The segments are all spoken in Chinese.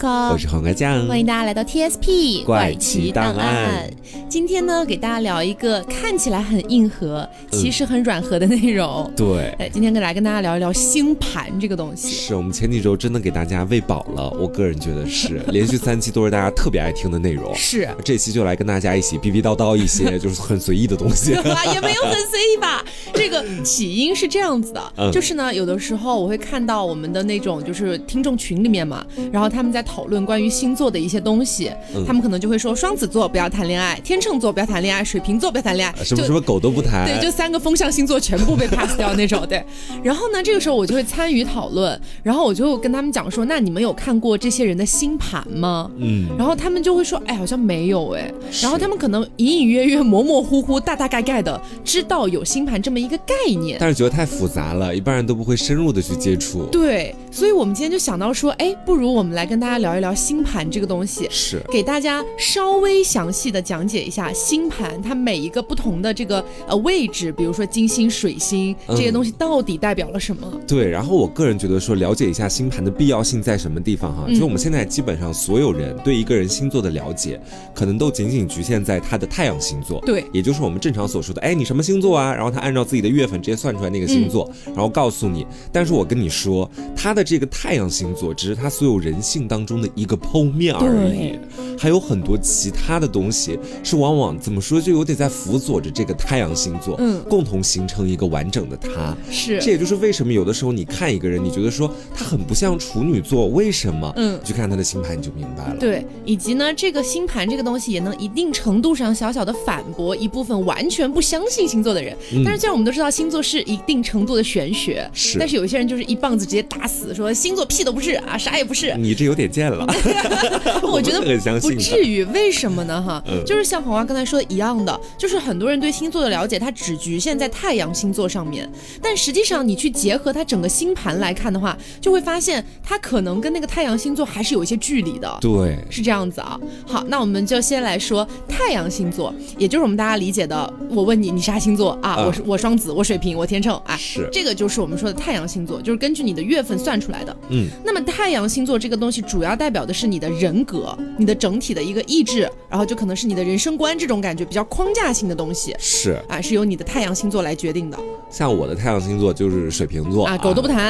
可， 我是黄瓜酱， 欢迎大家来到 TSP 怪奇档案。 今天呢，给大家聊一个看起来很硬核，其实很软核的内容。 对， 今天跟大家聊一聊星盘这个东西。 是我们前几周真的给大家喂饱了，我个人觉得是连续3期都是大家特别爱听的内容。 是， 这期就来跟大家一起逼逼叨叨一些就是很随意的东西。 也没有很随意吧。这个起因是这样子的，就是呢，有的时候我会看到我们的那种就是听众群里面嘛，然后他们在讨论关于星座的一些东西，他们可能就会说双子座不要谈恋爱，天秤座不要谈恋爱，水瓶座不要谈恋爱， 什么狗都不谈。 对，就3个风象星座全部被 pass 掉那种。对，然后呢，这个时候我就会参与讨论，然后我就跟他们讲说，那你们有看过这些人的星盘吗？然后他们就会说，好像没有然后他们可能隐隐约约、模模糊糊、大大概概的知道有星盘这么一个概念， 但是觉得太复杂了，一般人都不会深入的去接触。 对，所以我们今天就想到说，不如我们来跟大家聊一聊星盘这个东西， 是给大家稍微详细的讲解一下星盘它每一个不同的这个位置，比如说金星、水星这些东西到底代表了什么。 对，然后我个人觉得说了解一下星盘的必要性在什么地方哈，就我们现在基本上所有人对一个人星座的了解，可能都仅仅局限在他的太阳星座， 对， 也就是我们正常所说的，你什么星座啊？然后他按照自己的月份直接算出来那个星座，然后告诉你。但是我跟你说，他的这个太阳星座只是他所有人性当中的一个剖面而已，还有很多其他的东西是往往怎么说就有点在辅佐着这个太阳星座，共同形成一个完整的他。 是， 这也就是为什么有的时候你看一个人，你觉得说他很不像处女座，为什么？去看他的星盘你就明白了。 对，以及呢，这个星盘这个东西也能一定程度上小小的反驳一部分完全不相信星座的人。但是虽然我们都知道星座是一定程度的玄学，但是有一些人就是一棒子直接打死，说星座屁都不是啊，啥也不是。 你这有点贱了。 我觉得不至于，为什么呢？就是像黄瓜刚才说的一样的，就是很多人对星座的了解，它只局限在太阳星座上面，但实际上你去结合它整个星盘来看的话，就会发现它可能跟那个太阳星座还是有一些距离的。 对， 是这样子啊。好，那我们就先来说太阳星座，也就是我们大家理解的，我问你啥星座啊？我双子，我水瓶，我天秤啊。 是，这个就是我们说的太阳星座，就是根据你的月份算出来的。那么太阳星座这个东西主要代表的是你的人格，你的整体的一个意志，然后就可能是你的人生观这种感觉比较框架性的东西。 是啊，是由你的太阳星座来决定的。 像我的太阳星座就是水瓶座啊，狗都不谈。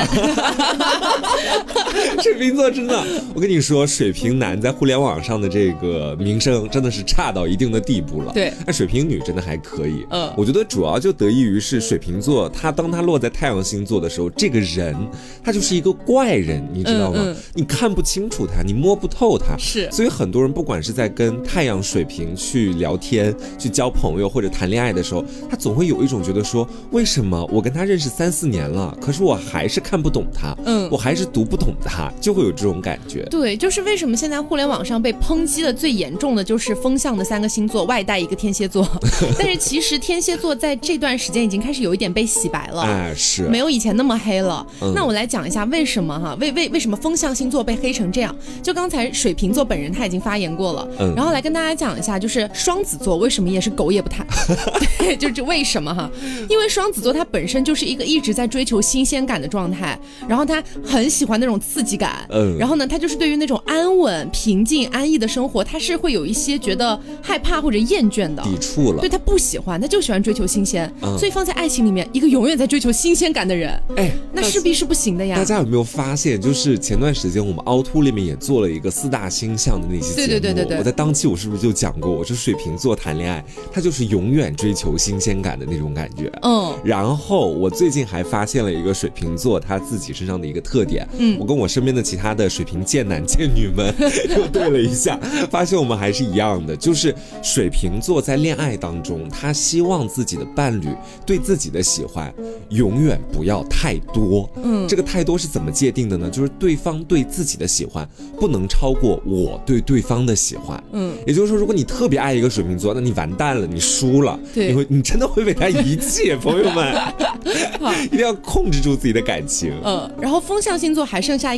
水瓶座真的，我跟你说，水瓶男在互联网上的这个名声真的是差到一定的地步了。 对， 那水瓶女真的还可以。我觉得主要就得益于是水瓶座，当他落在太阳星座的时候，这个人他就是一个怪人，你知道吗？你看不清楚他，你摸不透他。 是， 所以很多人不管是在跟太阳水瓶去聊天、去交朋友或者谈恋爱的时候，他总会有一种觉得说，为什么我跟他认识3、4年了，可是我还是看不懂他，我还是读不懂他，就会有这种感觉。 对，就是为什么现在互联网上被抨击的最严重的就是风象的3个星座，外带一个天蝎座。但是其实天蝎座在这段时间已经开始有一点被洗白了， 是没有以前那么黑了。那我来讲一下为什么为什么风象星座被黑成这样。就刚才水瓶座本人他已经发言过了，然后来跟大家讲一下，就是双子座为什么也是狗也不谈。对，就是为什么因为双子座它本身就是一个一直在追求新鲜感的状态，然后他很喜欢那种刺激感，然后呢他就是对于那种安稳平静安逸的生活，他是会有一些觉得害怕或者厌倦的， 抵触了。 对，他不喜欢，他就喜欢追求新鲜，所以放在爱情里面，一个永远在追求新鲜感的人，那势必是不行的呀。 大家有没有发现，就是前段时间我们凹凸里面也做了一个4大星象的那期节目，对，我在当期我是不是就讲过，我是水瓶座谈恋爱，他就是永远追求新鲜感的那种感觉。然后我最近还发现了一个水瓶座他自己身上的一个特点，我跟我身边的其他的水瓶贱男贱女们又对了一下，发现我们还是一样的，就是水瓶座在恋爱当中，他希望自己的伴侣对自己的喜欢永远不要太多。这个太多是怎么界定的呢？就是对方对自己的喜欢不能超过我对对方的喜欢。也就是说，如果你特别爱一个水瓶座，那你完蛋了，你输了，你真的会被他遗弃，朋友们。一定要控制住自己的感情。 然后风象星座还剩下一个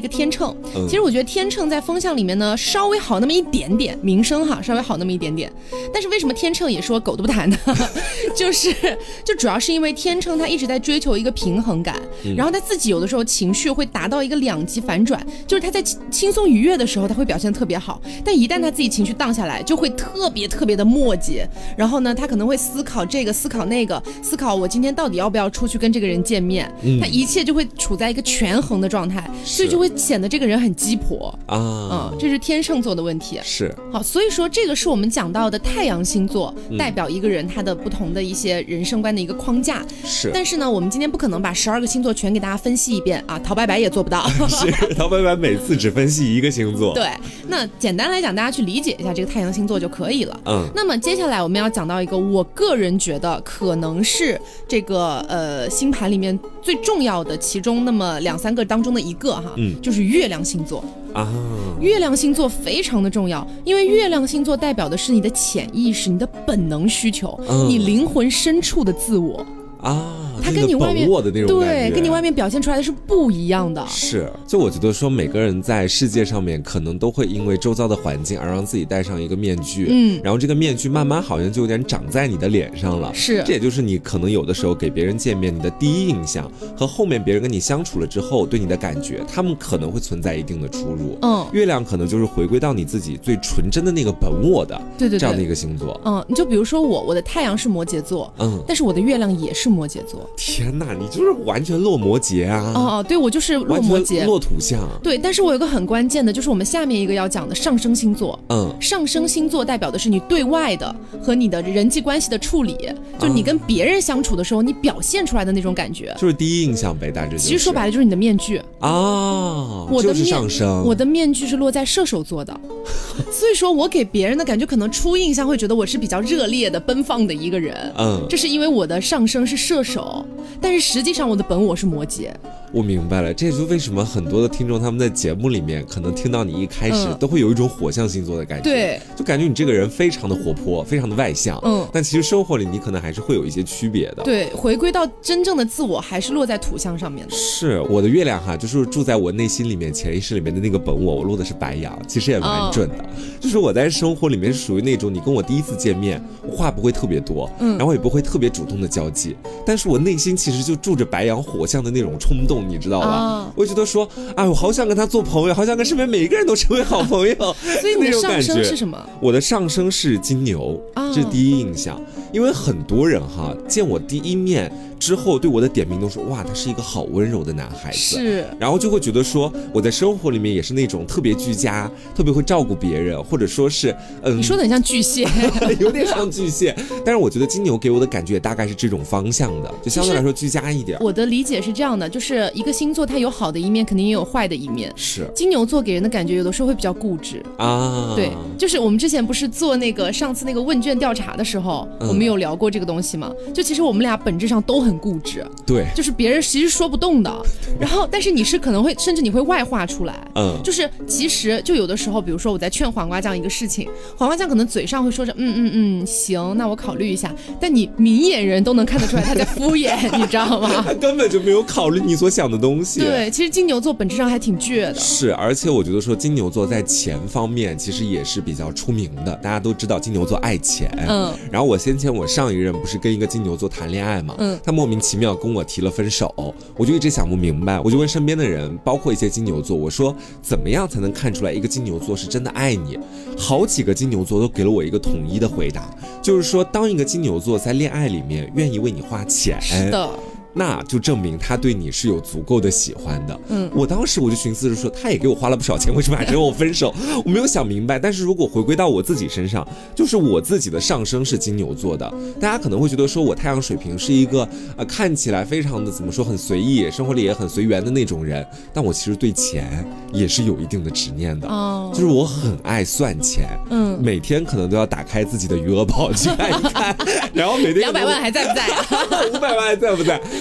天秤。其实我觉得天秤在风象里面呢稍微好那么一点点，名声哈稍微好那么一点点。但是为什么天秤也说狗都不谈呢？就主要是因为天秤他一直在追求一个平衡感，然后他自己有的时候情绪会达到一个两极反转，就是他在轻松愉悦的时候他会表现得特别好，但一旦他自己情绪荡下来就会特别特别的磨叽，然后呢他可能会思考这个思考那个，思考我今天到底要不要出去跟这个人见面，他一切就会处在一个权衡的状态，所以就会显得这个人很鸡婆啊，这是天秤座的问题。 是好，所以说这个是我们讲到的太阳星座代表一个人他的不同的一些人生观的一个框架。 是， 但是呢我们今天不可能把12个星座全给大家分析一遍啊，陶白白也做不到。 是，陶白白每次只分析一个星座。 对，那简单来讲大家去理解一下这个太阳星座就可以了。那么接下来我们要讲到一个我个人觉得可能是这个星盘里面最重要的其中那么2-3个当中的一个哈，就是月亮星座啊。月亮星座非常的重要，因为月亮星座代表的是你的潜意识、你的本能需求、你灵魂深处的自我啊。它跟你外面的那种感觉， 对，跟你外面表现出来的是不一样的。 是，就我觉得说每个人在世界上面可能都会因为周遭的环境而让自己戴上一个面具，然后这个面具慢慢好像就有点长在你的脸上了。 是， 这也就是你可能有的时候给别人见面，你的第一印象和后面别人跟你相处了之后对你的感觉，他们可能会存在一定的出入。月亮可能就是回归到你自己最纯真的那个本我的，对，这样的一个星座。 你就比如说我的太阳是摩羯座，但是我的月亮也是摩羯座。 天哪，你就是完全落摩羯啊！ 对，我就是落摩羯， 落土象。 对，但是我有个很关键的，就是我们下面一个要讲的上升星座。上升星座代表的是你对外的和你的人际关系的处理，就是你跟别人相处的时候，你表现出来的那种感觉， 就是第一印象呗，大致。 其实说白了就是你的面具啊，就是上升。 我的面具是落在射手座的，所以说我给别人的感觉可能初印象会觉得我是比较热烈的、奔放的一个人。这是因为我的上升是射手。但是实际上我的本我是摩羯。 我明白了，这也就为什么很多的听众他们在节目里面可能听到你一开始都会有一种火象星座的感觉， 对， 就感觉你这个人非常的活泼，非常的外向，但其实生活里你可能还是会有一些区别的。 对，回归到真正的自我还是落在土象上面的。 是，我的月亮哈，就是住在我内心里面潜意识里面的那个本我落的是白羊，其实也蛮准的。就是我在生活里面是属于那种你跟我第一次见面话不会特别多，然后也不会特别主动的交际，但是我内心其实就住着白羊火象的那种冲动，你知道吧？我觉得说，哎，我好想跟他做朋友，好想跟身边每一个人都成为好朋友。 所以你的上升是什么？ 我的上升是金牛，这是第一印象。因为很多人哈见我第一面之后对我的点评都说，哇，他是一个好温柔的男孩子， 是，然后就会觉得说我在生活里面也是那种特别居家，特别会照顾别人，或者说是你说的很像巨蟹有点像巨蟹，但是我觉得金牛给我的感觉也大概是这种方向的，就相对来说居家一点。 我的理解是这样的，就是一个星座它有好的一面肯定也有坏的一面， 是金牛座给人的感觉有的时候会比较固执啊，对，就是我们之前不是做那个上次那个问卷调查的时候，我们有聊过这个东西吗？就其实我们俩本质上都很固执， 对， 就是别人其实说不动的，然后但是你是可能会甚至你会外化出来，就是其实就有的时候，比如说我在劝黄瓜酱一个事情，黄瓜酱可能嘴上会说着行，那我考虑一下，但你明眼人都能看得出来他在敷衍你知道吗？ 他根本就没有考虑你所想的东西。 对，其实金牛座本质上还挺倔的。 是，而且我觉得说金牛座在钱方面其实也是比较出名的，大家都知道金牛座爱钱。然后我先前我上一任不是跟一个金牛座谈恋爱嘛，他莫名其妙跟我提了分手，我就一直想不明白，我就问身边的人，包括一些金牛座，我说怎么样才能看出来一个金牛座是真的爱你？好几个金牛座都给了我一个统一的回答，就是说当一个金牛座在恋爱里面愿意为你花钱， 是的， 那就证明他对你是有足够的喜欢的。我当时我就寻思着说，他也给我花了不少钱，为什么还跟我分手？我没有想明白。但是如果回归到我自己身上，就是我自己的上升是金牛座的，大家可能会觉得说我太阳水瓶是一个看起来非常的怎么说很随意，生活里也很随缘的那种人，但我其实对钱也是有一定的执念的，就是我很爱算钱，每天可能都要打开自己的余额宝去看一看，然后每天 200万还在不在啊？500 万还在不在？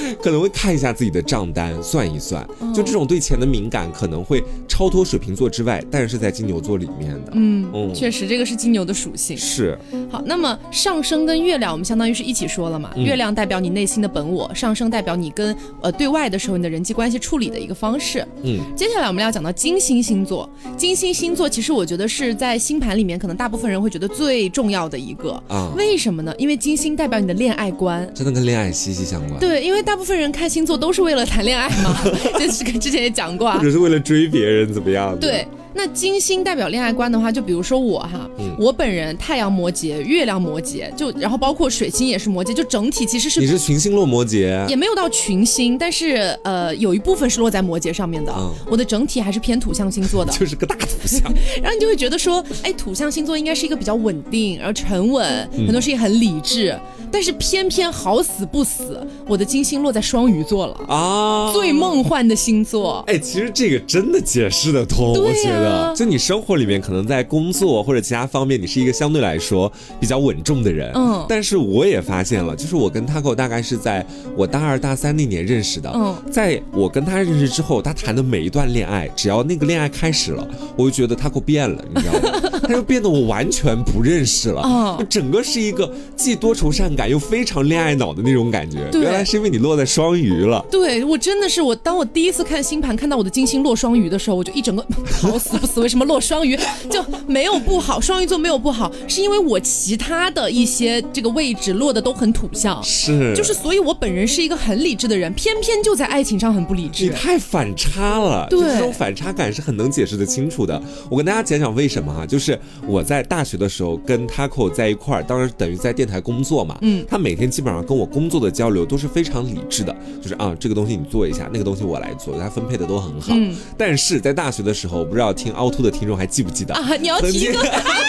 可能会看一下自己的账单，算一算，就这种对钱的敏感可能会超脱水瓶座之外，但是在金牛座里面的。 确实这个是金牛的属性。 是。 好，那么上升跟月亮我们相当于是一起说了嘛，月亮代表你内心的本我，上升代表你跟对外的时候你的人际关系处理的一个方式。接下来我们要讲到金星星座。金星星座其实我觉得是在星盘里面可能大部分人会觉得最重要的一个为什么呢？因为金星代表你的恋爱观， 真的跟恋爱息息相关。 对，因为大部分人看星座都是为了谈恋爱嘛，就是之前也讲过或者是为了追别人怎么样的。 对，那金星代表恋爱观的话，就比如说我我本人太阳摩羯，月亮摩羯，然后包括水星也是摩羯，就整体其实是你是群星落摩羯， 也没有到群星，但是有一部分是落在摩羯上面的。我的整体还是偏土象星座的， 就是个大土象。 然后你就会觉得说，土象星座应该是一个比较稳定，然后沉稳，很多事情很理智，但是偏偏好死不死，我的金星落在双鱼座了最梦幻的星座。 其实这个真的解释得通，我觉得，就你生活里面可能在工作或者其他方面，你是一个相对来说比较稳重的人，但是我也发现了，就是我跟 Taco 大概是在我大2大3那年认识的，在我跟他认识之后，他谈的每一段恋爱，只要那个恋爱开始了，我就觉得 Taco 变了，你知道吗？他就变得我完全不认识了，整个是一个既多愁善感又非常恋爱脑的那种感觉。原来是因为你落在双鱼了。 对，我真的是当我第一次看星盘看到我的金星落双鱼的时候，我就一整个好死不死，为什么落双鱼？就没有不好，双鱼座没有不好，是因为我其他的一些这个位置落的都很土象，就是所以我本人是一个很理智的人，偏偏就在爱情上很不理智。 你太反差了，对，这种反差感是很能解释得清楚的。我跟大家讲讲为什么就是我在大学的时候跟 Taco 在一块儿，当然等于在电台工作嘛，他每天基本上跟我工作的交流都是非常理智的，就是这个东西你做一下，那个东西我来做，他分配的都很好。但是在大学的时候，我不知道听凹凸的听众还记不记得你要提一个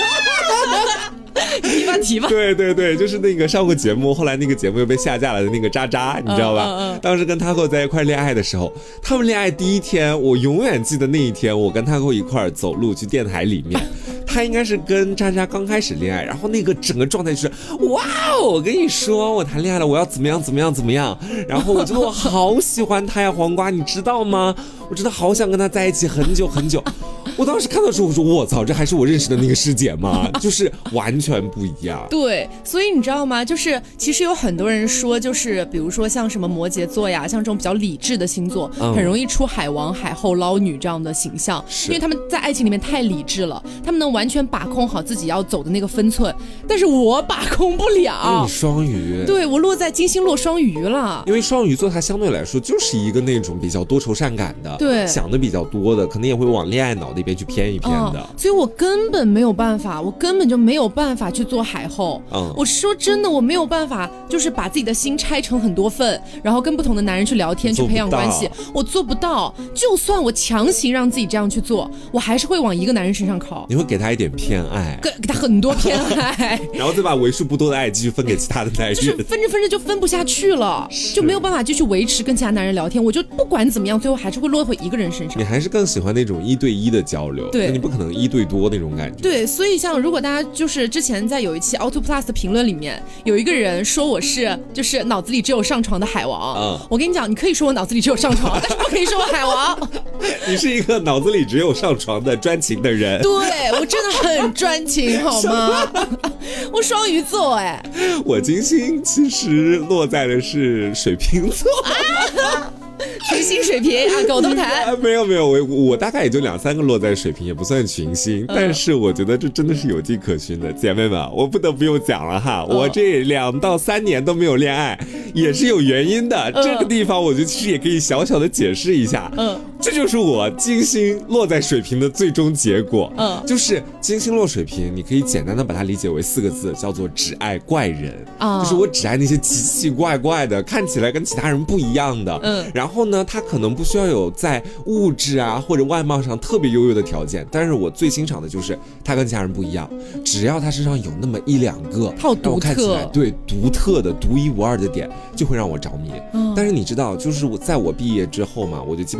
提吧。 对对对，就是那个上过节目，后来那个节目又被下架了的那个渣渣，你知道吧？当时跟 Taco 在一块恋爱的时候，他们恋爱第一天，我永远记得那一天，我跟 Taco 一块走路去电台里面。他应该是跟渣渣刚开始恋爱，然后那个整个状态就是哇，我跟你说我谈恋爱了，我要怎么样怎么样怎么样，然后我觉得我好喜欢他呀，黄瓜你知道吗？我真的好想跟他在一起很久很久。我当时看到的时候我说我操，这还是我认识的那个师姐吗？就是完全不一样。 对，所以你知道吗，就是其实有很多人说，就是比如说像什么摩羯座呀，像这种比较理智的星座，很容易出海王海后捞女这样的形象，因为他们在爱情里面太理智了，他们能完全把控好自己要走的那个分寸，但是我把控不了。 因为你双鱼， 对，我落在金星落双鱼了。 因为双鱼座它相对来说就是一个那种比较多愁善感的， 对， 想的比较多的，可能也会往恋爱脑那边去偏一偏的， 所以我根本没有办法，我根本就没有办法去做海后。我说真的，我没有办法，就是把自己的心拆成很多份，然后跟不同的男人去聊天，去培养关系，我做不到。就算我强行让自己这样去做，我还是会往一个男人身上靠。 你会给他一点偏爱， 给他很多偏爱， 然后再把为数不多的爱继续分给其他的男人， 就是分着分着就分不下去了，就没有办法继续维持跟其他男人聊天。我就不管怎么样，最后还是会落回一个人身上。 你还是更喜欢那种1对1的交流， 对， 你不可能1对多那种感觉。 对，所以像如果大家就是之前在有一期 Auto Plus 的评论里面，有一个人说我是就是脑子里只有上床的海王，我跟你讲，你可以说我脑子里只有上床，但是不可以说我海王。 你是一个脑子里只有上床的专情的人。 对，我真的很专情，好吗？我双鱼座我金星其实落在的是水瓶座。 群星水瓶狗头谈。 没有，我大概也就2-3个落在水瓶，也不算群星，但是我觉得这真的是有迹可循的。姐妹们，我不得不用讲了哈，我这2到3年都没有恋爱，也是有原因的。这个地方我觉得其实也可以小小的解释一下。这就是我金星落在水瓶的最终结果。就是金星落水瓶，你可以简单的把它理解为4个字，叫做只爱怪人。就是我只爱那些奇奇怪怪的，看起来跟其他人不一样的。然后呢，他可能不需要有在物质啊或者外貌上特别优越的条件，但是我最欣赏的就是他跟其他人不一样，只要他身上有那么1-2个他有独特， 看起来对独特的独一无二的点，就会让我着迷。但是你知道，就是在我毕业之后嘛，我就基本上在我们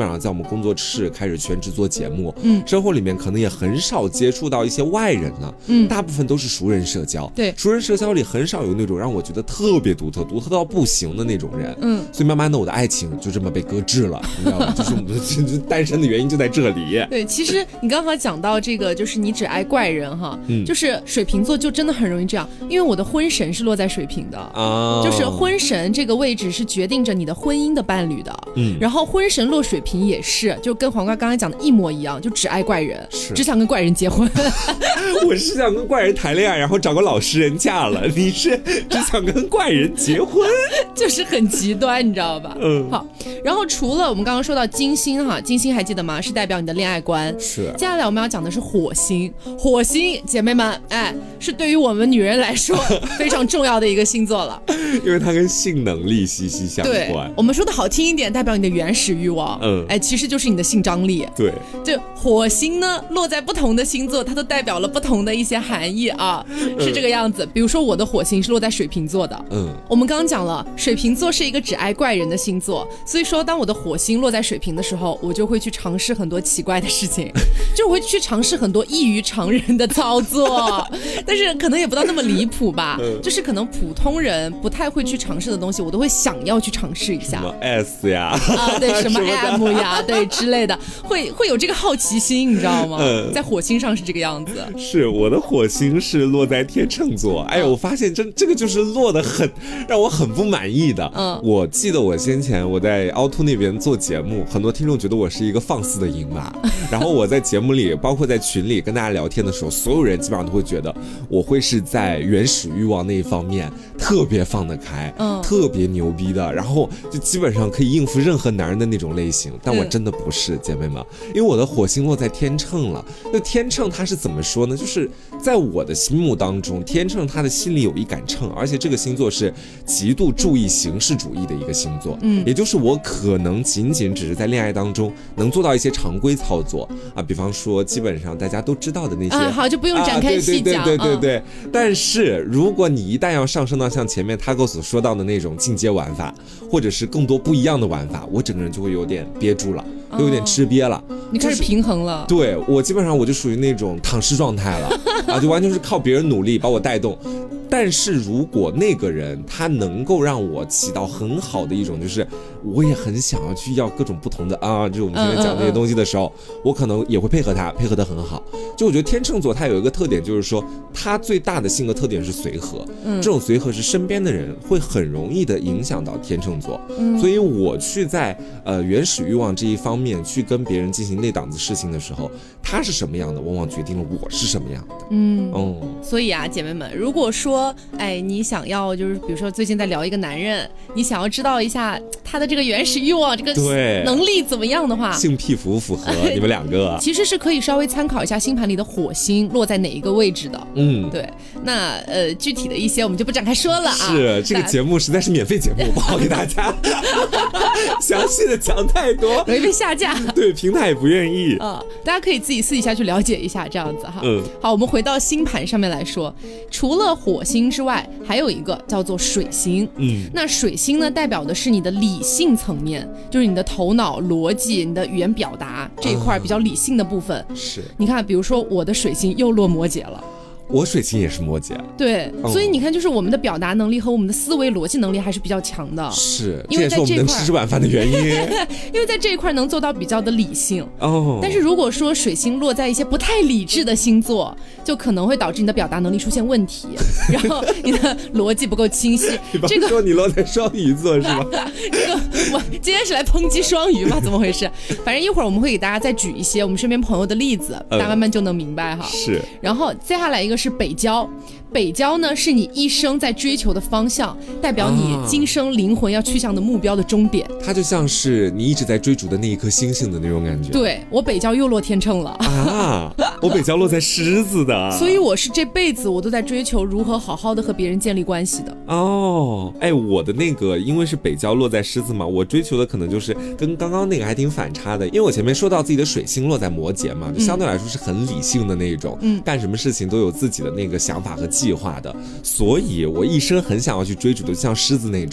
工作室开始全职做节目，生活里面可能也很少接触到一些外人了，大部分都是熟人社交。 对， 熟人社交里很少有那种让我觉得特别独特到不行的那种人。所以慢慢的我的爱情就这么被搁置了，你知道吗？就是我们单身的原因就在这里。 对，其实你刚刚讲到这个，就是你只爱怪人哈，就是水瓶座就真的很容易这样，因为我的婚神是落在水瓶的啊，就是婚神这个位置是决定着你的婚姻的伴侣的，然后婚神落水瓶也是，就跟黄瓜刚才讲的一模一样，就只爱怪人，只想跟怪人结婚。 我是想跟怪人谈恋爱，然后找个老实人嫁了，你是只想跟怪人结婚， 就是很极端，你知道吧？好，然后除了我们刚刚说到金星哈，金星还记得吗？是代表你的恋爱观。 是。 接下来我们要讲的是火星，火星姐妹们，哎，是对于我们女人来说非常重要的一个星座了， 因为它跟性能力息息相关。 对，我们说的好听一点，代表你的原始欲望，哎，其实就是你的性张力。 对， 就火星呢落在不同的星座，它都代表了不同的一些含义啊，是这个样子。比如说我的火星是落在水瓶座的，我们刚刚讲了，水瓶座是一个只爱怪人的星座，所以说当我的火星落在水瓶的时候，我就会去尝试很多奇怪的事情，就会去尝试很多异于常人的操作，但是可能也不到那么离谱吧，就是可能普通人不太会去尝试的东西，我都会想要去尝试一下。 什么 S 呀？ 对，什么 M 呀？对之类的，会有这个好奇心，你知道吗？在火星上是这个样子。 是，我的火星是落在天秤座。哎呦，我发现这个就是落得很让我很不满意的。我记得我先前我在凹凸那边做节目，很多听众觉得我是一个放肆的淫马，然后我在节目里，包括在群里跟大家聊天的时候，所有人基本上都会觉得我会是在原始欲望那一方面特别放得开，特别牛逼的，然后就基本上可以应付任何男人的那种类型。但我真的不是，姐妹们，因为我的火星落在天秤了。那天秤它是怎么说呢？就是在我的心目当中，天秤它的心里有一杆秤，而且这个星座是极度注意形式主义的一个星座。也就是我可能仅仅只是在恋爱当中能做到一些常规操作啊，比方说基本上大家都知道的那些， 好，就不用展开细讲。 对。但是如果你一旦要上升到像前面他哥所说到的那种进阶玩法，或者是更多不一样的玩法，我整个人就会有点憋住了，会有点吃瘪了。 你开始平衡了。 对，我基本上我就属于那种躺尸状态了啊，就完全是靠别人努力把我带动。但是如果那个人他能够让我起到很好的一种，就是我也很想要去要各种不同的就是我们前面讲这些东西的时候，我可能也会配合他，配合得很好。就我觉得天秤座他有一个特点，就是说他最大的性格特点是随和，这种随和是身边的人会很容易的影响到天秤座，所以我去在原始欲望这一方面去跟别人进行那档子事情的时候，他是什么样的，往往决定了我是什么样的。 所以啊，姐妹们，如果说你想要就是比如说最近在聊一个男人，你想要知道一下他的这个原始欲望这个能力怎么样的话， 性癖符不符合你们两个其实是可以稍微参考一下星盘里的火星落在哪一个位置的。对，那具体的一些我们就不展开说了啊。 是，这个节目实在是免费节目，不好给大家详细的讲太多， 容易被下架。 对，平台也不愿意。 大家可以自己私底下去了解一下，这样子哈。好，我们回到星盘上面来说，除了火星之外，还有一个叫做水星。那水星呢，代表的是你的理性层面，就是你的头脑、逻辑、你的语言表达这一块比较理性的部分。 是， 你看，比如说我的水星又落摩羯了。 我水星也是摩羯， 对，所以你看，就是我们的表达能力和我们的思维逻辑能力还是比较强的。 是，这也是我们能吃这碗饭的原因。 因为在这一块能做到比较的理性。但是如果说水星落在一些不太理智的星座，就可能会导致你的表达能力出现问题，然后你的逻辑不够清晰。 这个说你落在双鱼座是吗？ 我今天是来抨击双鱼吗？怎么回事？反正一会儿我们会给大家再举一些我们身边朋友的例子，大家慢慢就能明白哈。 是。 然后接下来一个是北交，北交呢是你一生在追求的方向，代表你今生灵魂要去向的目标的终点。 它就像是你一直在追逐的那一颗星星的那种感觉。 对，我北交又落天秤了啊！我北交落在狮子的， 所以我是这辈子我都在追求如何好好的和别人建立关系的。 我的那个因为是北交落在狮子嘛，我追求的可能就是跟刚刚那个还挺反差的，因为我前面说到自己的水星落在摩羯嘛，就相对来说是很理性的那一种，干什么事情都有自己的那个想法和计划的，所以我一生很想要去追逐的，就像狮子那种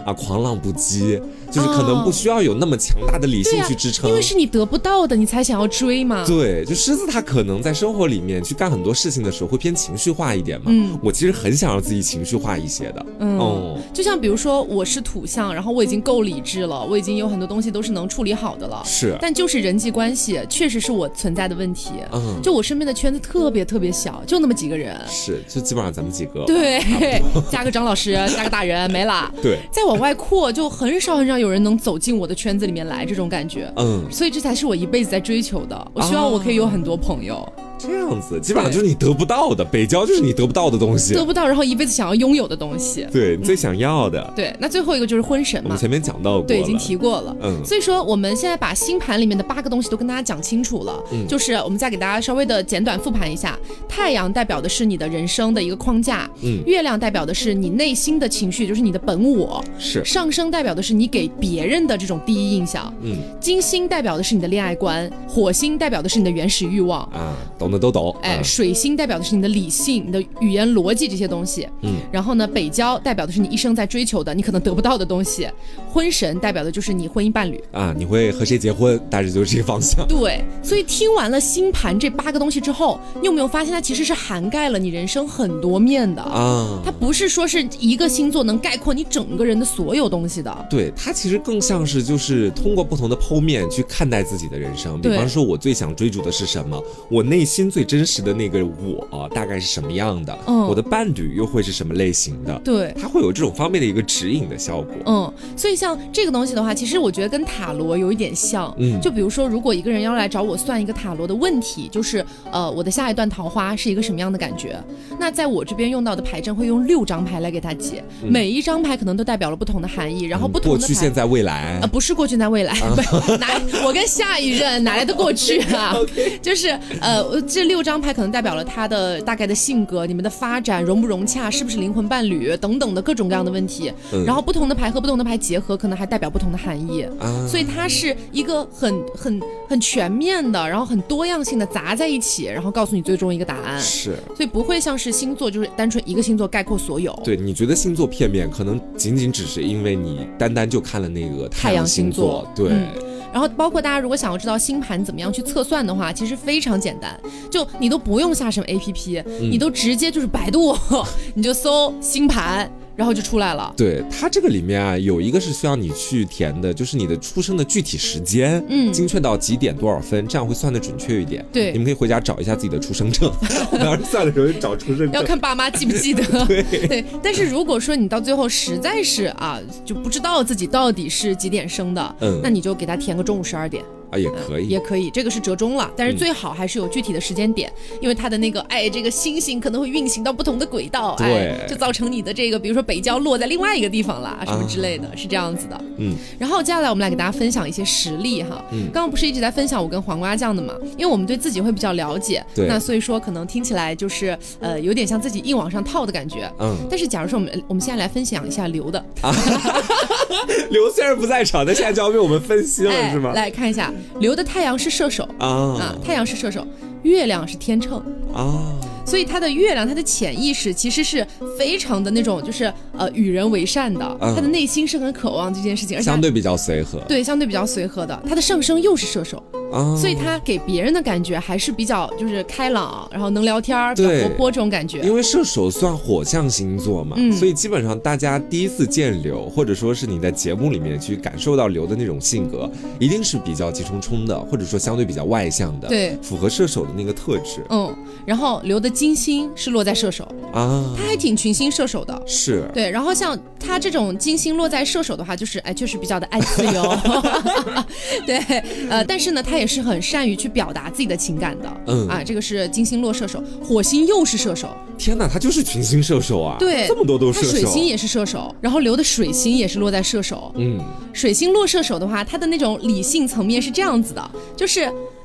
啊，狂浪不羁，就是可能不需要有那么强大的理性去支撑， 因为是你得不到的，你才想要追嘛。 对，就狮子他可能在生活里面去干很多事情的时候会偏情绪化一点嘛。我其实很想让自己情绪化一些的。 就像比如说我是土象，然后我已经够理智了，我已经有很多东西都是能处理好的了。 是， 但就是人际关系确实是我存在的问题。就我身边的圈子特别特别小，就那么几个人。 是，就基本上咱们几个。 对，加个张老师，加个大人，没了。 对， 再往外扩，就很少有人能走进我的圈子里面来，这种感觉。所以这才是我一辈子在追求的。我希望我可以有很多朋友。 这样子，基本上就是你得不到的，北郊就是你得不到的东西， 得不到，然后一辈子想要拥有的东西， 对，你最想要的。 对，那最后一个就是婚神嘛， 我们前面讲到过了， 对，已经提过了。所以说我们现在把星盘里面的8个东西都跟大家讲清楚了，就是我们再给大家稍微的简短复盘一下。太阳代表的是你的人生的一个框架，月亮代表的是你内心的情绪，就是你的本我， 是上升代表的是你给别人的这种第一印象，金星代表的是你的恋爱观，火星代表的是你的原始欲望啊，懂的都懂。 水星代表的是你的理性、你的语言逻辑这些东西，然后呢，北郊代表的是你一生在追求的，你可能得不到的东西，婚神代表的就是你婚姻伴侣啊，你会和谁结婚，大致就是这个方向。 对，所以听完了星盘这8个东西之后，你有没有发现它其实是涵盖了你人生很多面的啊？它不是说是一个星座能概括你整个人的所有东西的。 对，它其实更像是就是通过不同的剖面去看待自己的人生。比方说，我最想追逐的是什么？我内心最真实的那个我大概是什么样的？我的伴侣又会是什么类型的？ 对， 它会有这种方面的一个指引的效果。 所以像这个东西的话，其实我觉得跟塔罗有一点像。就比如说，如果一个人要来找我算一个塔罗的问题，就是我的下一段桃花是一个什么样的感觉？那在我这边用到的牌阵会用6张牌来给他解，每一张牌可能都代表了不同的含义，然后不同的过去、现在、未来。 不是过去、现在、未来，我跟下一任哪来的过去啊？就是这6张牌可能代表了他的大概的性格、你们的发展融不融洽、是不是灵魂伴侣等等的各种各样的问题。然后不同的牌和不同的牌结合，可能还代表不同的含义。所以它是一个很全面的，然后很多样性的砸在一起，然后告诉你最终一个答案。 是， 所以不会像是星座，就是单纯一个星座概括所有。 对，你觉得星座片面，可能仅仅只是因为你单就看了那个太阳星座。对。 然后包括大家如果想要知道星盘怎么样去测算的话，其实非常简单，就你都不用下什么 APP，你都直接就是百度，你就搜星盘，然后就出来了。 对，它这个里面啊，有一个是需要你去填的，就是你的出生的具体时间，精确到几点多少分，这样会算得准确一点。 对， 你们可以回家找一下自己的出生证，我当时算的时候就找出生证， 要看爸妈记不记得。对，但是如果说你到最后实在是就不知道自己到底是几点生的，那你就给他填个中午12点。 也可以， 也可以，这个是折中了，但是最好还是有具体的时间点，因为它的那个这个星星可能会运行到不同的轨道， 对， 就造成你的这个比如说北郊落在另外一个地方了，什么之类的，是这样子的。然后接下来我们来给大家分享一些实例哈。刚刚不是一直在分享我跟黄瓜酱的嘛，因为我们对自己会比较了解，那所以说可能听起来就是有点像自己硬往上套的感觉。但是假如说我们现在来分享一下刘的， 刘虽然不在场，但现在就要为我们分析了，是吗？ 来看一下。刘的太阳是射手太阳是射手，月亮是天秤所以他的月亮，他的潜意识其实是非常的那种，就是与人为善的，他的内心是很渴望这件事情，而且相对比较随和， 对，相对比较随和的。他的上升又是射手所以他给别人的感觉还是比较就是开朗，然后能聊天，比较活泼这种感觉。 因为射手算火象星座嘛，所以基本上大家第一次见刘，或者说是你在节目里面去感受到刘的那种性格，一定是比较急冲冲的，或者说相对比较外向的， 对， 符合射手的那个特质。 然后刘的金星是落在射手他还挺群星射手的， 是对。 然后像他这种金星落在射手的话，就是确实比较的爱自由，对，但是呢，他也是很善于去表达自己的情感的，这个是金星落射手，火星又是射手， 天哪，他就是群星射手啊！ 对， 这么多都是射手， 他水星也是射手，然后刘的水星也是落在射手，水星落射手的话，他的那种理性层面是这样子的，就是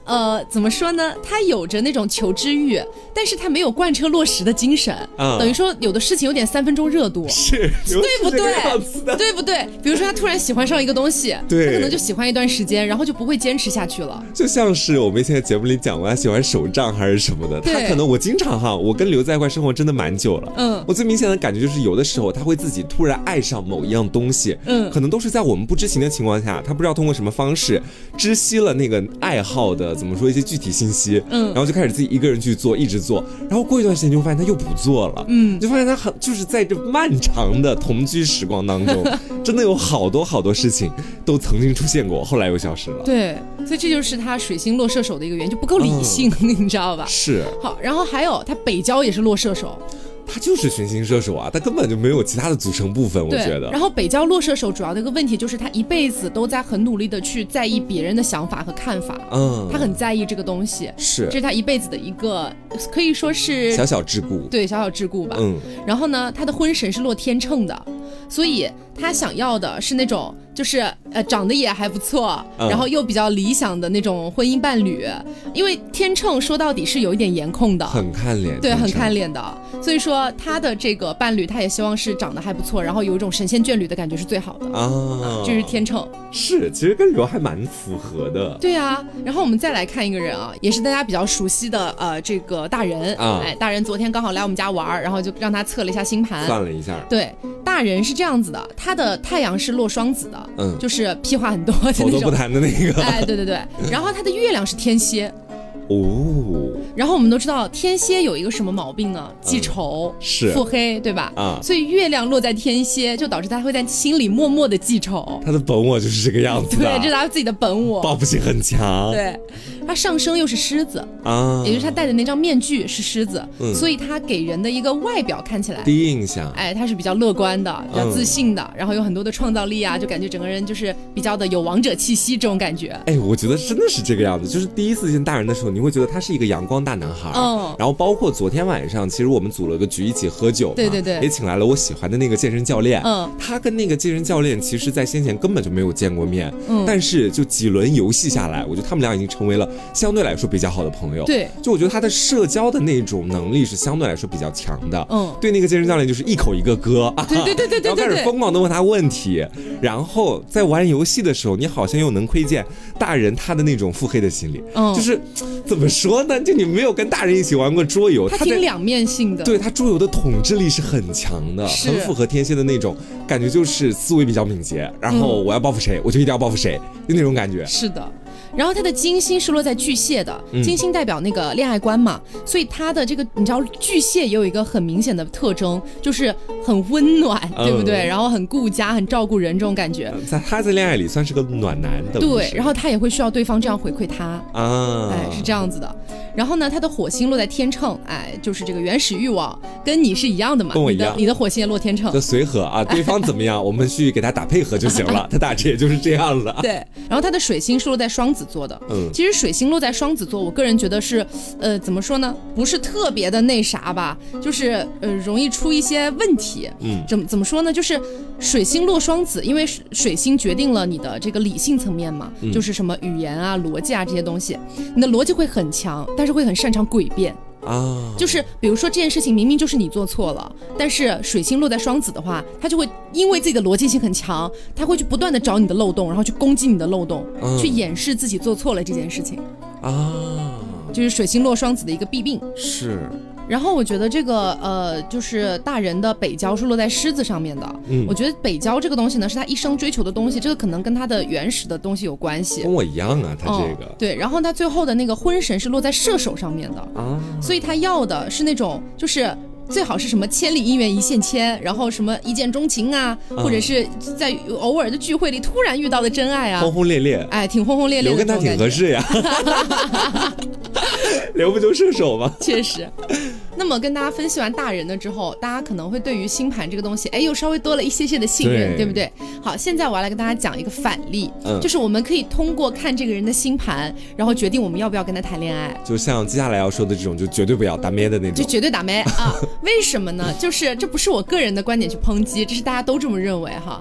怎么说呢？他有着那种求知欲，但是他没有贯彻落实的精神，等于说有的事情有点3分钟热度， 是， 对不对？对不对？比如说他突然喜欢上一个东西， 对， 他可能就喜欢一段时间，然后就不会坚持下去了。 就像是我们以前在节目里讲过，他喜欢手账还是什么的，他可能我经常我跟刘在一块生活真的蛮久了，我最明显的感觉就是有的时候他会自己突然爱上某一样东西，可能都是在我们不知情的情况下，他不知道通过什么方式知悉了那个爱好的怎么说一些具体信息，然后就开始自己一个人去做，一直做，然后过一段时间就发现他又不做了，就发现他就是在这漫长的同居时光当中，真的有好多事情都曾经出现过，后来又消失了。 对，所以这就是他水星落射手的一个原因，就不够理性，你知道吧？ 是。 好，然后还有他北交也是落射手。 他就是群星射手啊，他根本就没有其他的组成部分，我觉得。 然后北交落射手主要的一个问题就是他一辈子都在很努力的去在意别人的想法和看法，他很在意这个东西， 是， 这是他一辈子的一个可以说是小小桎梏， 对，小小桎梏吧。然后呢，他的婚神是落天秤的，所以他想要的是那种就是长得也还不错，然后又比较理想的那种婚姻伴侣，因为天秤说到底是有一点颜控的， 很看脸， 对，很看脸的，所以说他的这个伴侣他也希望是长得还不错，然后有一种神仙眷侣的感觉是最好的啊，这是天秤。 是，其实跟刘还蛮符合的。 对啊，然后我们再来看一个人啊，也是大家比较熟悉的这个大人啊，大人昨天刚好来我们家玩，然后就让他测了一下星盘， 算了一下， 对，大人是这样子的，他的太阳是落双子的，就是屁话很多的那种， 口都不谈的那个， 哎，对，然后他的月亮是天蝎。然后我们都知道天蝎有一个什么毛病呢？记仇， 是腹黑，对吧？所以月亮落在天蝎，就导致他会在心里默默的记仇。 他的本我就是这个样子的， 对，这是他自己的本我， 报复性很强。 对，他上升又是狮子啊，也就是他戴的那张面具是狮子，所以他给人的一个外表看起来， 第一印象， 哎，他是比较乐观的，比较自信的，然后有很多的创造力啊，就感觉整个人就是比较的有王者气息这种感觉。 哎，我觉得真的是这个样子，就是第一次见大人的时候，你会觉得他是一个阳光大男孩，然后包括昨天晚上，其实我们组了个局一起喝酒， 对， 也请来了我喜欢的那个健身教练，他跟那个健身教练其实在先前根本就没有见过面，但是就几轮游戏下来，我觉得他们俩已经成为了相对来说比较好的朋友。 对， 就我觉得他的社交的那种能力是相对来说比较强的。对那个健身教练就是一口一个哥， 对， 然后开始疯狂的问他问题，然后在玩游戏的时候，你好像又能窥见大人他的那种腹黑的心理，就是怎么说呢？就你没有跟大人一起玩过桌游， 他挺两面性的， 对他桌游的统治力是很强的，很符合天蝎的那种感觉，就是思维比较敏捷，然后我要报复谁，我就一定要报复谁，就那种感觉。 是的。然后他的金星是落在巨蟹的，金星代表那个恋爱观嘛，所以他的这个你知道巨蟹也有一个很明显的特征，就是很温暖，对不对？然后很顾家，很照顾人这种感觉。 他在恋爱里算是个暖男的， 对，然后他也会需要对方这样回馈他啊， 哎，是这样子的。然后呢，他的火星落在天秤，哎，就是这个原始欲望，跟你是一样的嘛， 跟我一样， 你的火星也落天秤， 就随和啊，对方怎么样，我们去给他打配合就行了，他大致也就是这样了。 对，然后他的水星是落在双子座的，其实水星落在双子座，我个人觉得是，怎么说呢，不是特别的那啥吧，就是容易出一些问题，怎么说呢，就是水星落双子，因为水星决定了你的这个理性层面嘛，就是什么语言啊、逻辑啊这些东西，你的逻辑会很强，但是会很擅长诡辩。就是比如说这件事情明明就是你做错了，但是水星落在双子的话，他就会因为自己的逻辑性很强，他会去不断的找你的漏洞，然后去攻击你的漏洞，去掩饰自己做错了这件事情就是水星落双子的一个弊病。 是。 然后我觉得这个就是大人的北交是落在狮子上面的，我觉得北交这个东西呢是他一生追求的东西，这个可能跟他的原始的东西有关系， 跟我一样啊，他这个对。然后他最后的那个婚神是落在射手上面的所以他要的是那种就是最好是什么千里姻缘一线牵，然后什么一见钟情啊，或者是在偶尔的聚会里突然遇到的真爱啊， 轰轰烈烈， 哎，挺轰轰烈烈的， 刘跟他挺合适呀刘不就射手吗？ 确实。那么跟大家分析完大人了之后，大家可能会对于星盘这个东西，哎，又稍微多了一些的信任， 对不对？好，现在我要来跟大家讲一个反例，就是我们可以通过看这个人的星盘，然后决定我们要不要跟他谈恋爱。 就像接下来要说的这种，就绝对不要打咩的那种， 就绝对打咩啊！为什么呢？就是这不是我个人的观点去抨击，这是大家都这么认为哈。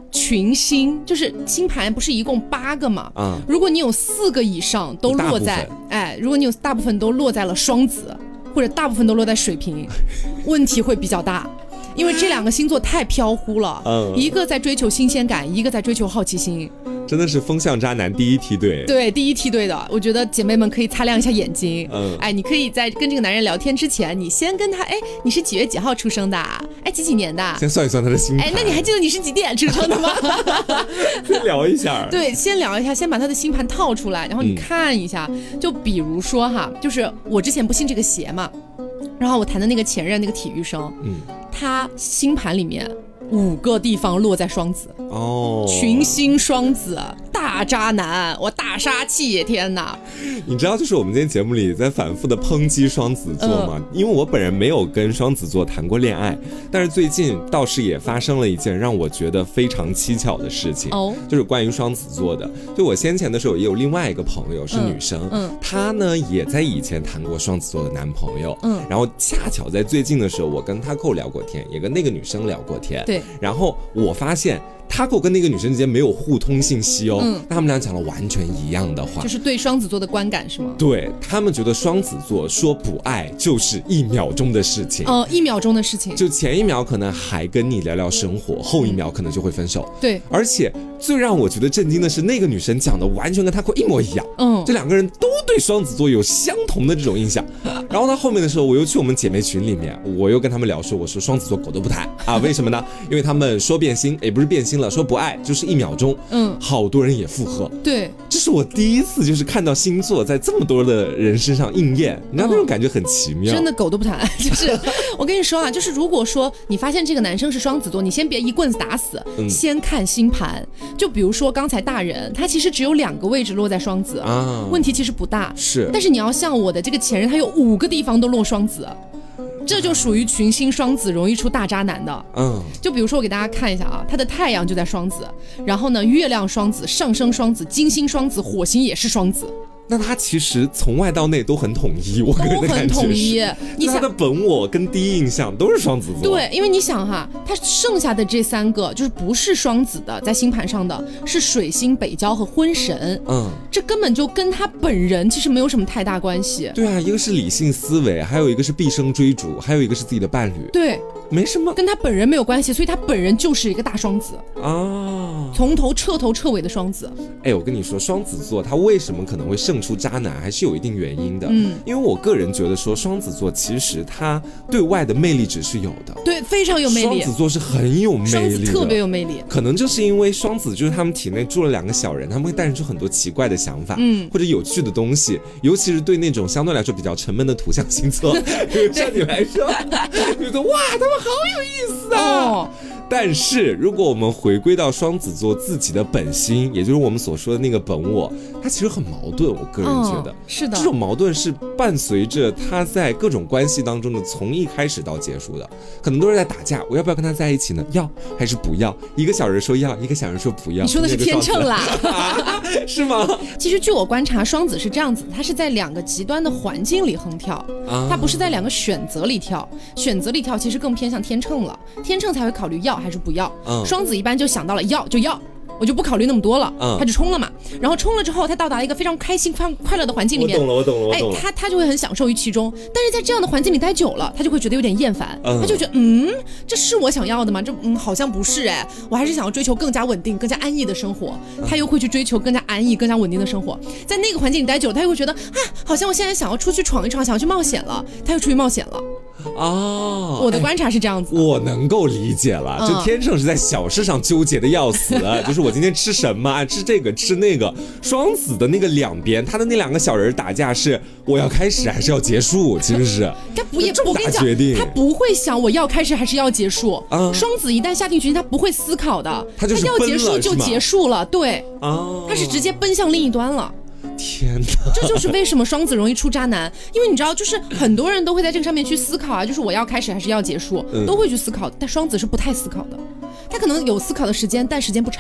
群星，就是星盘不是一共8个嘛？如果你有4个以上都落在，如果你有大部分都落在了双子，或者大部分都落在水瓶，问题会比较大。因为这2个星座太飘忽了，一个在追求新鲜感，一个在追求好奇心， 真的是风向渣男第一梯队。 对，第一梯队的，我觉得姐妹们可以擦亮一下眼睛。你可以在跟这个男人聊天之前，你先跟他，你是几月几号出生的？几年的？ 先算一算他的星盘。 那你还记得你是几点出生的吗？ 先聊一下。 对，先聊一下，先把他的星盘套出来，然后你看一下。就比如说哈，就是我之前不信这个邪嘛，然后我谈的那个前任那个体育生，他星盘里面5个地方落在双子，群星双子，大渣男，我大杀器，天哪！ 你知道，就是我们今天节目里在反复的抨击双子座吗？因为我本人没有跟双子座谈过恋爱，但是最近倒是也发生了一件让我觉得非常蹊跷的事情，就是关于双子座的。就我先前的时候也有另外一个朋友是女生，她呢也在以前谈过双子座的男朋友，然后恰巧在最近的时候，我跟他够聊过天，也跟那个女生聊过天， 对， 然后我发现他跟那个女生之间没有互通信息那他们俩讲了完全一样的话， 就是对双子座的观感是吗？ 对，他们觉得双子座说不爱就是1秒钟的事情 ，1秒钟的事情， 就前1秒可能还跟你聊聊生活，后1秒可能就会分手。 对， 而且最让我觉得震惊的是，那个女生讲的完全跟他一模一样，这2个人都对双子座有相同的这种印象。然后到后面的时候，我又去我们姐妹群里面，我又跟他们聊说，我说双子座狗都不谈为什么呢？因为他们说变心，也不是变心了，说不爱就是1秒钟，好多人也附和。 对， 这是我第一次就是看到星座在这么多的人身上应验，你知道那种感觉很奇妙。 真的狗都不谈，就是我跟你说就是如果说你发现这个男生是双子座，你先别一棍子打死，先看星盘。就比如说刚才大人，他其实只有2个位置落在双子问题其实不大， 是。 但是你要像我的这个前任，他有5个地方都落双子。这就属于群星双子容易出大渣男的。就比如说我给大家看一下他的太阳就在双子，然后呢月亮双子，上升双子，金星双子，火星也是双子。 那他其实从外到内都很统一，我个人的感觉是， 都很统一。 他的本我跟第一印象都是双子座。 对，因为你想他剩下的这3个就是不是双子的，在星盘上的是水星、北交和婚神。这根本就跟他本人其实没有什么太大关系。 对啊，一个是理性思维，还有一个是毕生追逐，还有一个是自己的伴侣。 对， 没什么， 跟他本人没有关系，所以他本人就是一个大双子从头彻尾的双子。 我跟你说，双子座他为什么可能会胜出渣男，还是有一定原因的。因为我个人觉得说，双子座其实他对外的魅力值是有的， 对，非常有魅力。 双子座是很有魅力的， 双子特别有魅力。 可能就是因为双子就是他们体内住了2个小人，他们会诞生出很多奇怪的想法，或者有趣的东西，尤其是对那种相对来说比较沉闷的土象星座，像你来说，觉得哇，他们好有意思啊。但是如果我们回归到双子座自己的本心，也就是我们所说的那个本我，它其实很矛盾。我个人觉得是的， 这种矛盾是伴随着他在各种关系当中的从一开始到结束的，可能都是在打架，我要不要跟他在一起呢？要还是不要？一个小人说要，一个小人说不要。 你说的是天秤啦是吗？ 其实据我观察，双子是这样子，他是在2个极端的环境里横跳，他不是在2个选择里跳。选择里跳其实更偏向天秤了，天秤才会考虑要还是不要，双子一般就想到了要就要，我就不考虑那么多了，他就冲了嘛。然后冲了之后，他到达了一个非常开心、非常快乐的环境里面。 我懂了。 他就会很享受于其中。但是在这样的环境里待久了，他就会觉得有点厌烦，他就觉得这是我想要的吗？这好像不是我还是想要追求更加稳定、更加安逸的生活。他又会去追求更加安逸、更加稳定的生活。在那个环境里待久了，他又会觉得好像我现在想要出去闯一闯，想要去冒险了，他又出去冒险了。我的观察是这样子， 我能够理解了。就天秤是在小事上纠结的要死，就是我今天吃什么，吃这个吃那个。双子的那个2边，他的那2个小人打架是我要开始还是要结束，其实是他不也重大决定，他不会想我要开始还是要结束。双子一旦下定决心，他不会思考的， 他就是要结束就结束了，对，他是直接奔向另一端了。 天哪， 这就是为什么双子容易出渣男，因为你知道，就是很多人都会在这个上面去思考就是我要开始还是要结束，都会去思考，但双子是不太思考的，他可能有思考的时间，但时间不长。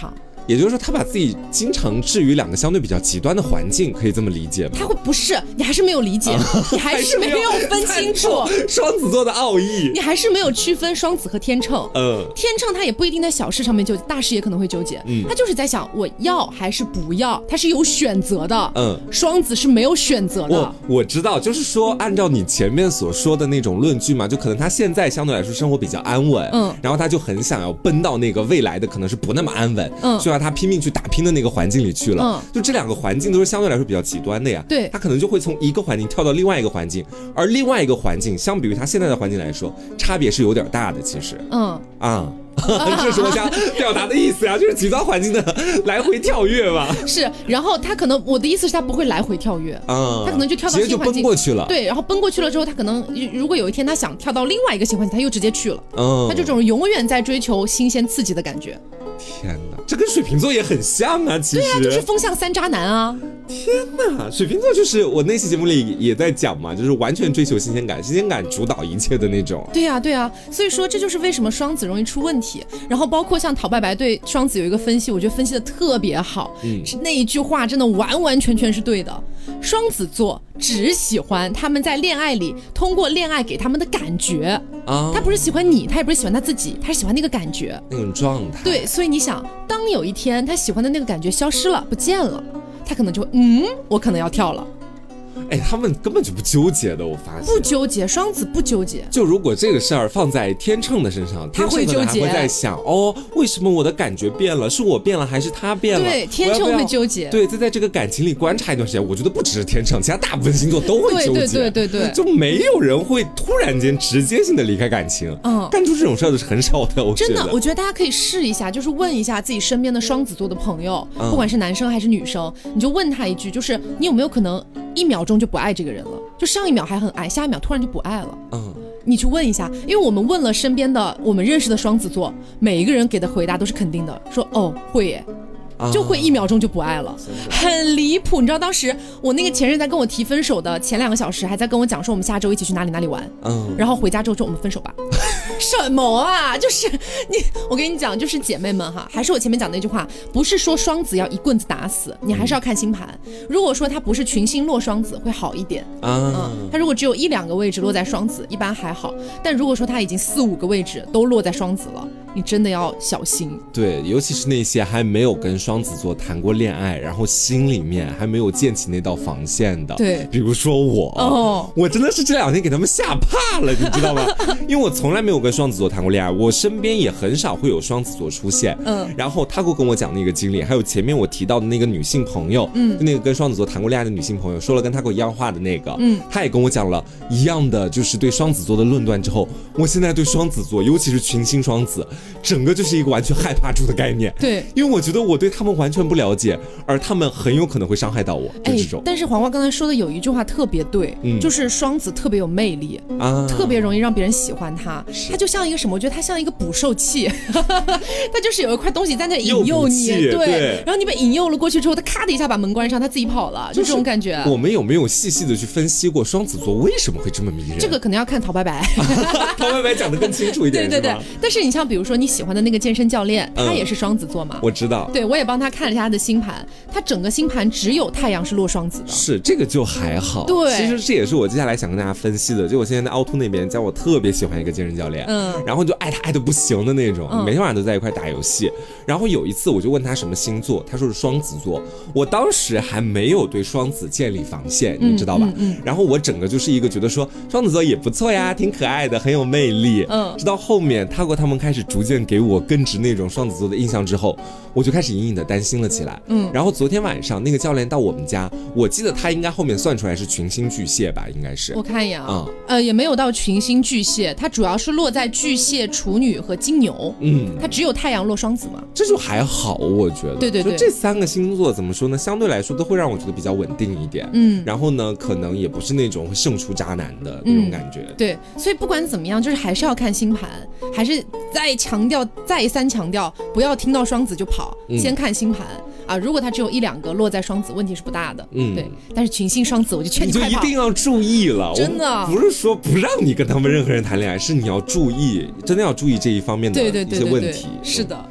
也就是说他把自己经常置于两个相对比较极端的环境，可以这么理解吗？ 他会不是，你还是没有理解，你还是没有分清楚双子座的奥义， 你还是没有区分双子和天秤。天秤他也不一定在小事上面纠结，大事也可能会纠结。他就是在想我要还是不要，他是有选择的。双子是没有选择的。 我知道，就是说按照你前面所说的那种论据嘛，就可能他现在相对来说生活比较安稳，然后他就很想要奔到那个未来的可能是不那么安稳，需要他拼命去打拼的那个环境里去了。就这两个环境都是相对来说比较极端的呀。 对， 他可能就会从一个环境跳到另外一个环境，而另外一个环境相比于他现在的环境来说，差别是有点大的。其实，这是我想表达的意思啊，就是极端环境的来回跳跃吧。 是，然后他可能我的意思是他不会来回跳跃，他可能就跳到新环境，直接就奔过去了。 对，然后奔过去了之后，他可能如果有一天他想跳到另外一个新环境，他又直接去了。他这种永远在追求新鲜刺激的感觉。 天哪，这跟水瓶座也很像啊！其实对啊，就是风向三渣男啊！ 天哪，水瓶座就是我那期节目里也在讲嘛，就是完全追求新鲜感，新鲜感主导一切的那种。 对啊，对啊，所以说这就是为什么双子容易出问题。然后包括像陶白白对双子有一个分析，我觉得分析的特别好。那一句话真的完完全全是对的。双子座只喜欢他们在恋爱里通过恋爱给他们的感觉他不是喜欢你，他也不是喜欢他自己，他是喜欢那个感觉， 那种状态。 对，所以你想，当有一天他喜欢的那个感觉消失了，不见了，他可能就会我可能要跳了。 他们根本就不纠结的，我发现不纠结，双子不纠结。 就如果这个事儿放在天秤的身上， 他会纠结， 还会在想为什么我的感觉变了？是我变了还是他变了？ 对，天秤会纠结。 对，在这个感情里观察一段时间，我觉得不只是天秤，其他大部分星座都会纠结。 对， 就没有人会突然间直接性的离开感情。干出这种事儿的是很少的。 真的，我觉得大家可以试一下，就是问一下自己身边的双子座的朋友，不管是男生还是女生，你就问他一句，就是你有没有可能1秒钟就不爱这个人了？就上一秒还很爱，下一秒突然就不爱了。你去问一下，因为我们问了身边的我们认识的双子座，每一个人给的回答都是肯定的，说会耶。就会1秒钟就不爱了，很离谱。你知道当时我那个前任在跟我提分手的前2个小时，还在跟我讲说我们下周一起去哪里哪里玩，然后回家之后说我们分手吧。什么啊？就是我跟你讲，就是姐妹们哈，还是我前面讲的那句话，不是说双子要一棍子打死，你还是要看星盘。如果说他不是群星落双子会好一点他如果只有1、2个位置落在双子，一般还好。但如果说他已经4、5个位置都落在双子了，你真的要小心。 对，尤其是那些还没有跟双子座谈过恋爱，然后心里面还没有建起那道防线的。 对， 比如说我真的是这2天给他们吓怕了，你知道吗？因为我从来没有跟双子座谈过恋爱，我身边也很少会有双子座出现。然后他会跟我讲那个经历，还有前面我提到的那个女性朋友，就那个跟双子座谈过恋爱的女性朋友，说了跟他跟我一样话的那个，他也跟我讲了一样的，就是对双子座的论断之后，我现在对双子座，尤其是群星双子，整个就是一个完全害怕住的概念。 对， 因为我觉得我对他们完全不了解，而他们很有可能会伤害到我。这种。 但是黄瓜刚才说的有一句话特别对，就是双子特别有魅力特别容易让别人喜欢他。他就像一个什么？我觉得他像一个捕兽器，他就是有一块东西在那引诱你，对，然后你被引诱了过去之后，他咔的一下把门关上，他自己跑了，就这种感觉。 我们有没有细细的去分析过双子座为什么会这么迷人？ 这个可能要看陶白白， 陶白白讲得更清楚一点。 对。但是你像比如说你喜欢的那个健身教练，他也是双子座嘛， 我知道。 对，我也帮他看了一下他的星盘，他整个星盘只有太阳是落双子的。 是，这个就还好。 对， 其实这也是我接下来想跟大家分析的。就我现在在凹凸那边，我特别喜欢一个健身教练，然后就爱他爱的不行的那种，每天晚上都在一块打游戏。然后有一次我就问他什么星座，他说是双子座。我当时还没有对双子建立防线，你知道吧？然后我整个就是一个觉得说双子座也不错呀，挺可爱的，很有魅力。直到后面他们开始逐渐给我根植那种双子座的印象之后，我就开始隐隐的担心了起来。然后昨天晚上那个教练到我们家，我记得他应该后面算出来是群星巨蟹吧，应该是。 我看一眼也没有到群星巨蟹，它主要是落在巨蟹、处女和金牛。它只有太阳落双子嘛， 这就还好，我觉得。对，就这3个星座怎么说呢？相对来说都会让我觉得比较稳定一点。然后呢，可能也不是那种会胜出渣男的那种感觉。 对，所以不管怎么样，就是还是要看星盘，还是再三强调，不要听到双子就跑，先看星盘啊。如果他只有1、2个落在双子，问题是不大的。对。但是群星双子，我就劝你快跑， 你就一定要注意了。 真的不是说不让你跟他们任何人谈恋爱，是你要注意，真的要注意这一方面的一些问题。 是的。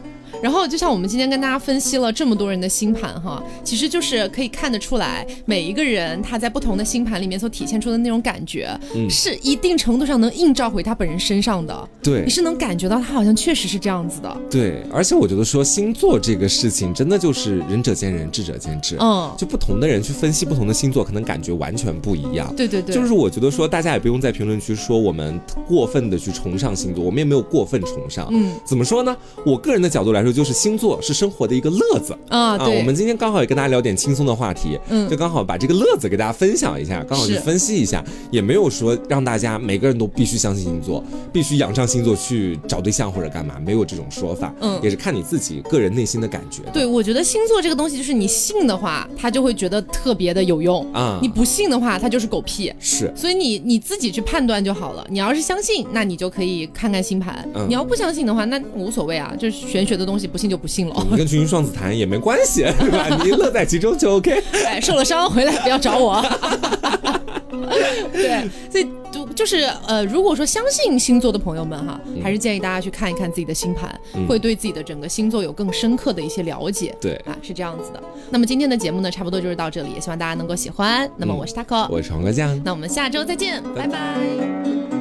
然后就像我们今天跟大家分析了这么多人的星盘哈，其实就是可以看得出来，每一个人他在不同的星盘里面所体现出的那种感觉，是一定程度上能映照回他本人身上的。 对， 你是能感觉到他好像确实是这样子的。 对，而且我觉得说星座这个事情真的就是仁者见仁，智者见智。就不同的人去分析不同的星座，可能感觉完全不一样。 对对对， 就是我觉得说大家也不用在评论区说我们过分的去崇尚星座，我们也没有过分崇尚。怎么说呢？我个人的角度来说，就是星座是生活的一个乐子对。我们今天刚好也跟大家聊点轻松的话题，就刚好把这个乐子给大家分享一下，刚好去分析一下，也没有说让大家每个人都必须相信星座，必须仰仗星座去找对象或者干嘛，没有这种说法。也是看你自己个人内心的感觉。 对，我觉得星座这个东西，就是你信的话，他就会觉得特别的有用你不信的话，他就是狗屁。 是， 所以你自己去判断就好了。你要是相信，那你就可以看看星盘；你要不相信的话，那无所谓啊，就是玄学的东西，不信就不信了。 你跟群双子谈也没关系，对吧？你乐在其中就 OK。 受了伤回来不要找我。对，所以就是如果说相信星座的朋友们哈，还是建议大家去看一看自己的星盘，会对自己的整个星座有更深刻的一些了解。 对是这样子的。那么今天的节目呢，差不多就是到这里，也希望大家能够喜欢。那么我是 Taco， 我是黄瓜酱， 那我们下周再见，拜拜。